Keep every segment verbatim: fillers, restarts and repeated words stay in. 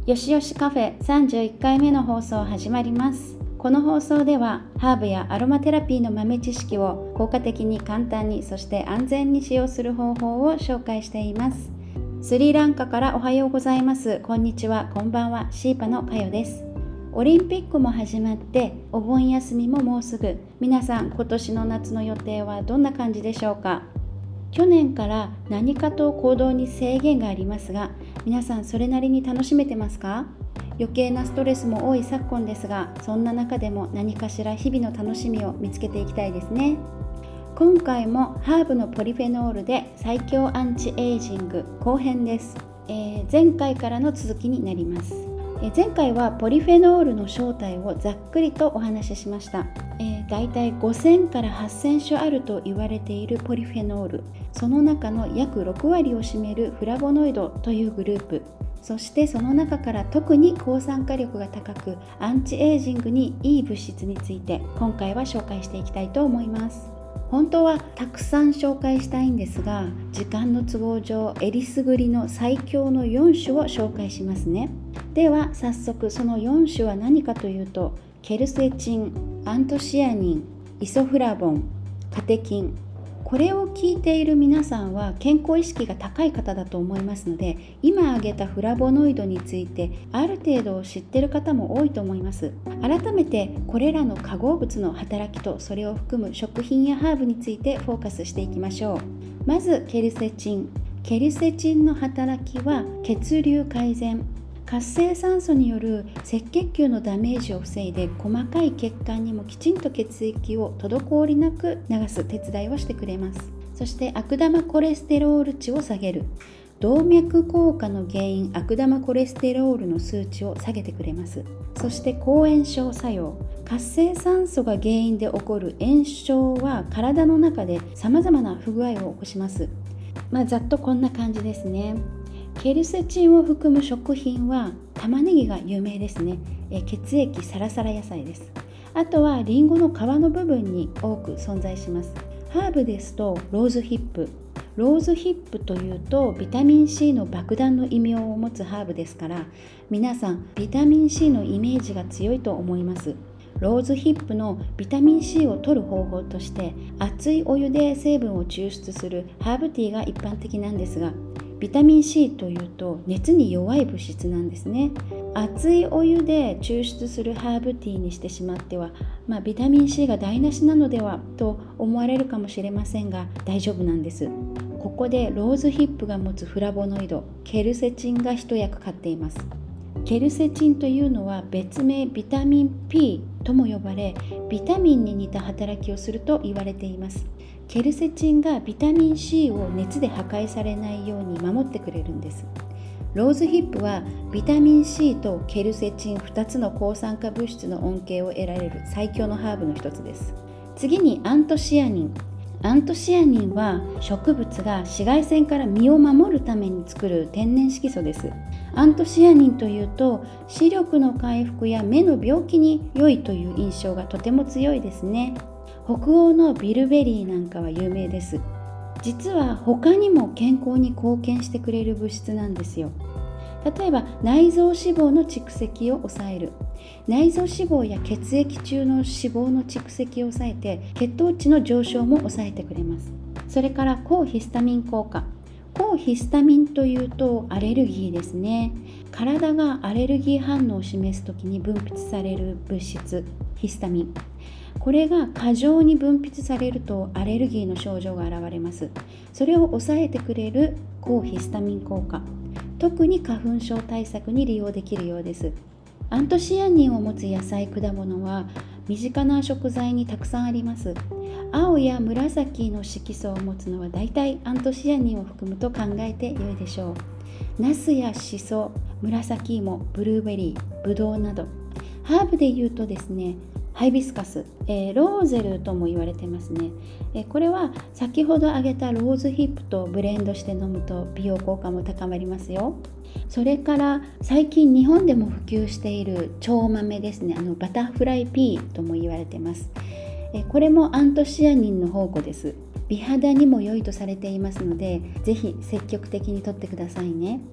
よしよしカフェさんじゅういっかいめの放送始まります。この放送ではハーブやアロマテラピーの豆知識を効果的に簡単にそして安全に使用する方法を紹介しています。スリランカからおはようございます。こんにちは、こんばんは。シーパのかよです。オリンピックも始まってお盆休みももうすぐ。皆さん今年の夏の予定はどんな感じでしょうか。去年から何かと行動に制限がありますが、皆さんそれなりに楽しめてますか？余計なストレスも多い昨今ですが、そんな中でも何かしら日々の楽しみを見つけていきたいですね。今回もハーブのポリフェノールで最強アンチエイジング後編です。えー、前回からの続きになります。えー、前回はポリフェノールの正体をざっくりとお話ししました。えー、だいたいごせんからはっせんしゅあると言われているポリフェノール、その中の約ろくわりを占めるフラボノイドというグループ、そしてその中から特に抗酸化力が高くアンチエイジングにいい物質について今回は紹介していきたいと思います。本当はたくさん紹介したいんですが、時間の都合上えりすぐりの最強のよんしゅを紹介しますね。では早速そのよんしゅは何かというと、ケルセチン、アントシアニン、イソフラボン、カテキン。これを聞いている皆さんは健康意識が高い方だと思いますので、今挙げたフラボノイドについてある程度知っている方も多いと思います。改めてこれらの化合物の働きとそれを含む食品やハーブについてフォーカスしていきましょう。まずケルセチン。ケルセチンの働きは血流改善、活性酸素による赤血球のダメージを防いで細かい血管にもきちんと血液を滞りなく流す手伝いをしてくれます。そして悪玉コレステロール値を下げる。動脈硬化の原因悪玉コレステロールの数値を下げてくれます。そして抗炎症作用。活性酸素が原因で起こる炎症は体の中でさまざまな不具合を起こします。まあ、ざっとこんな感じですね。ケルセチンを含む食品は玉ねぎが有名ですね。え血液サラサラ野菜です。あとはリンゴの皮の部分に多く存在します。ハーブですとローズヒップ。ローズヒップというとビタミン C の爆弾の異名を持つハーブですから、皆さんビタミン C のイメージが強いと思います。ローズヒップのビタミン C を摂る方法として熱いお湯で成分を抽出するハーブティーが一般的なんですが、ビタミン C というと熱に弱い物質なんですね。熱いお湯で抽出するハーブティーにしてしまっては、まあ、ビタミン C が台無しなのではと思われるかもしれませんが、大丈夫なんです。ここでローズヒップが持つフラボノイド、ケルセチンが一役買っています。ケルセチンというのは別名ビタミン P とも呼ばれ、ビタミンに似た働きをすると言われています。ケルセチンがビタミン C を熱で破壊されないように守ってくれるんです。ローズヒップはビタミン C とケルセチンふたつの抗酸化物質の恩恵を得られる最強のハーブの一つです。次にアントシアニン。アントシアニンは植物が紫外線から身を守るために作る天然色素です。アントシアニンというと視力の回復や目の病気に良いという印象がとても強いですね。北欧のビルベリーなんかは有名です。実は他にも健康に貢献してくれる物質なんですよ。例えば内臓脂肪の蓄積を抑える。内臓脂肪や血液中の脂肪の蓄積を抑えて血糖値の上昇も抑えてくれます。それから抗ヒスタミン効果。抗ヒスタミンというとアレルギーですね。体がアレルギー反応を示すときに分泌される物質、ヒスタミン。これが過剰に分泌されるとアレルギーの症状が現れます。それを抑えてくれる抗ヒスタミン効果。特に花粉症対策に利用できるようです。アントシアニンを持つ野菜果物は身近な食材にたくさんあります。青や紫の色素を持つのはだいたいアントシアニンを含むと考えて良いでしょう。ナスやシソ、紫芋、ブルーベリー、ブドウなど。ハーブで言うとですね、ハイビスカス、えー、ローゼルとも言われてますね。えー、これは先ほど挙げたローズヒップとブレンドして飲むと美容効果も高まりますよ。それから最近日本でも普及している蝶豆ですね。あのバタフライピーとも言われてます。えー、これもアントシアニンの宝庫です。美肌にも良いとされていますので、ぜひ積極的にとってくださいね。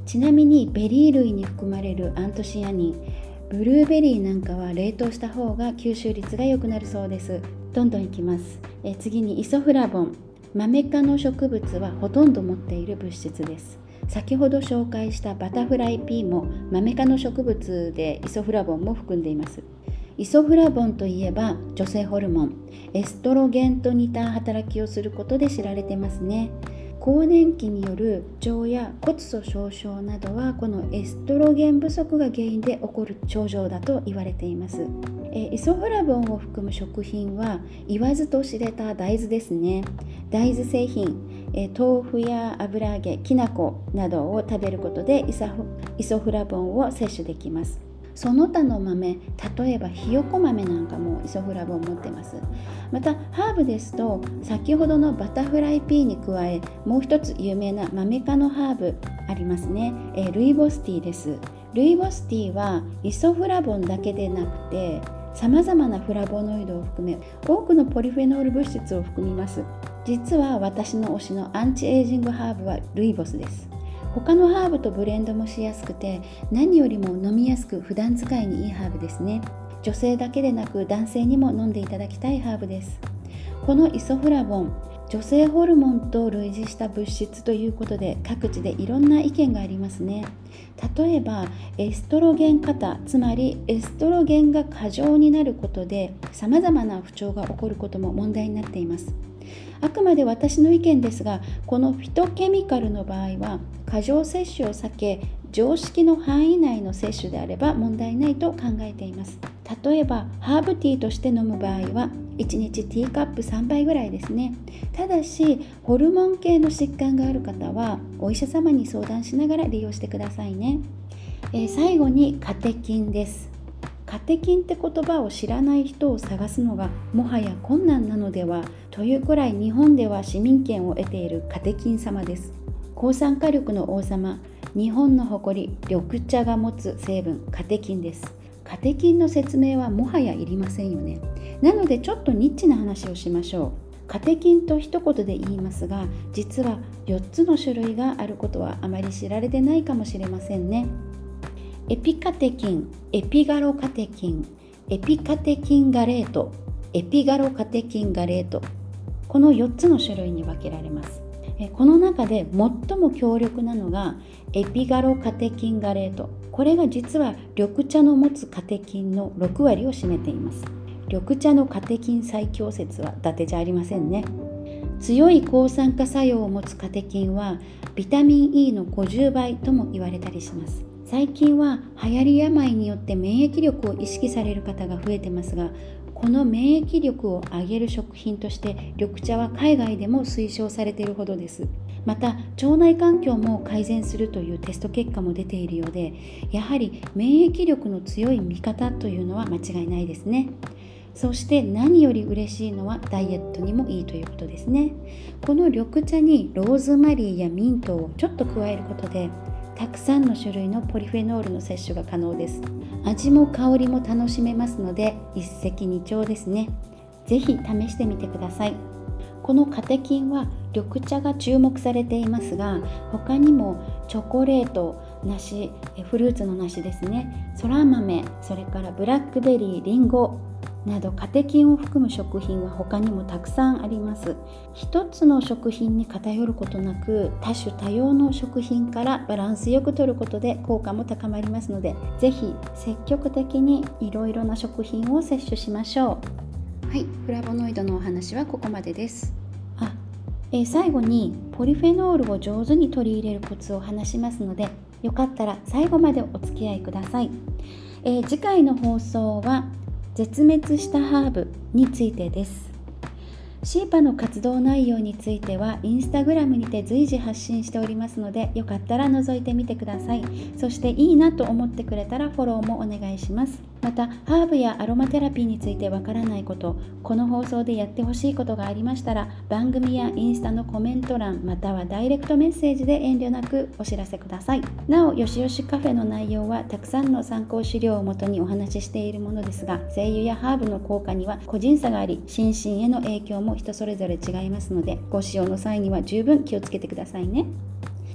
ちなみにベリー類に含まれるアントシアニン、ブルーベリーなんかは冷凍した方が吸収率が良くなるそうです。どんどんいきます。え次にイソフラボン。マメ科の植物はほとんど持っている物質です。先ほど紹介したバタフライピーもマメ科の植物でイソフラボンも含んでいます。イソフラボンといえば女性ホルモンエストロゲンと似た働きをすることで知られてますね。更年期による不調や骨粗しょう症などはこのエストロゲン不足が原因で起こる症状だと言われています。えイソフラボンを含む食品は言わずと知れた大豆ですね。大豆製品、え豆腐や油揚げ、きな粉などを食べることでイソフ、イソフラボンを摂取できます。その他の豆、例えばひよこ豆なんかもイソフラボン持ってます。またハーブですと先ほどのバタフライピーに加えもう一つ有名なマメ科のハーブありますね。えルイボスティーです。ルイボスティーはイソフラボンだけでなくてさまざまなフラボノイドを含め多くのポリフェノール物質を含みます。実は私の推しのアンチエイジングハーブはルイボスです。他のハーブとブレンドもしやすくて何よりも飲みやすく普段使いにいいハーブですね。女性だけでなく男性にも飲んでいただきたいハーブです。このイソフラボン、女性ホルモンと類似した物質ということで各地でいろんな意見がありますね。例えばエストロゲン過多、つまりエストロゲンが過剰になることでさまざまな不調が起こることも問題になっています。あくまで私の意見ですが、このフィトケミカルの場合は過剰摂取を避け常識の範囲内の摂取であれば問題ないと考えています。例えばハーブティーとして飲む場合はいちにちティーカップさんばいぐらいですね。ただしホルモン系の疾患がある方はお医者様に相談しながら利用してくださいね。えー、最後にカテキンです。カテキンって言葉を知らない人を探すのがもはや困難なのではというくらい日本では市民権を得ているカテキン様です。抗酸化力の王様、日本の誇り緑茶が持つ成分カテキンです。カテキンの説明はもはやいりませんよね。なのでちょっとニッチな話をしましょう。カテキンと一言で言いますが、実はよっつの種類があることはあまり知られてないかもしれませんね。エピカテキン、エピガロカテキン、エピカテキンガレート、エピガロカテキンガレート、このよっつの種類に分けられます。この中で最も強力なのがエピガロカテキンガレート。これが実は緑茶の持つカテキンのろくわりを占めています。緑茶のカテキン最強説は伊達じゃありませんね。強い抗酸化作用を持つカテキンはビタミン E のごじゅうばいとも言われたりします。最近は流行り病によって免疫力を意識される方が増えてますが、この免疫力を上げる食品として緑茶は海外でも推奨されているほどです。また腸内環境も改善するというテスト結果も出ているようで、やはり免疫力の強い味方というのは間違いないですね。そして何より嬉しいのはダイエットにもいいということですね。この緑茶にローズマリーやミントをちょっと加えることでたくさんの種類のポリフェノールの摂取が可能です。味も香りも楽しめますので一石二鳥ですね。ぜひ試してみてください。このカテキンは緑茶が注目されていますが、他にもチョコレート、梨、フルーツの梨ですね、そら豆、それからブラックベリー、リンゴなどカテキンを含む食品は他にもたくさんあります。一つの食品に偏ることなく多種多様の食品からバランスよく摂ることで効果も高まりますので、ぜひ積極的にいろいろな食品を摂取しましょう。はい、フラボノイドのお話はここまでです。あ、えー、最後にポリフェノールを上手に取り入れるコツを話しますので、よかったら最後までお付き合いください。えー、次回の放送は絶滅したハーブについてです。シーパの活動内容についてはインスタグラムにて随時発信しておりますので、よかったら覗いてみてください。そしていいなと思ってくれたらフォローもお願いします。またハーブやアロマテラピーについてわからないこと、この放送でやってほしいことがありましたら、番組やインスタのコメント欄またはダイレクトメッセージで遠慮なくお知らせください。なお、よしよしカフェの内容はたくさんの参考資料をもとにお話ししているものですが、精油やハーブの効果には個人差があり、心身への影響も人それぞれ違いますので、ご使用の際には十分気をつけてくださいね。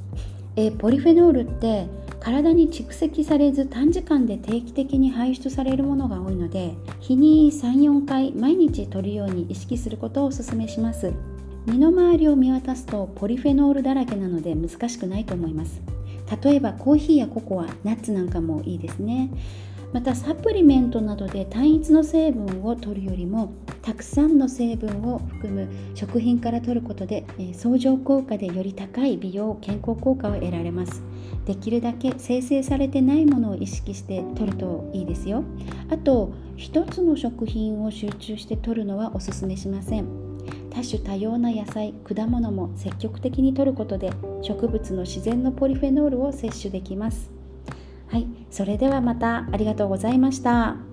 えポリフェノールって体に蓄積されず短時間で定期的に排出されるものが多いので、日に さん、よんかい毎日摂るように意識することをお勧めします。身の回りを見渡すとポリフェノールだらけなので難しくないと思います。例えばコーヒーやココア、ナッツなんかもいいですね。またサプリメントなどで単一の成分を摂るよりも、たくさんの成分を含む食品から摂ることで、えー、相乗効果でより高い美容健康効果を得られます。できるだけ生成されてないものを意識して摂るといいですよ。あと、一つの食品を集中して摂るのはおすすめしません。多種多様な野菜、果物も積極的に摂ることで植物の自然のポリフェノールを摂取できます。はい、それではまた。ありがとうございました。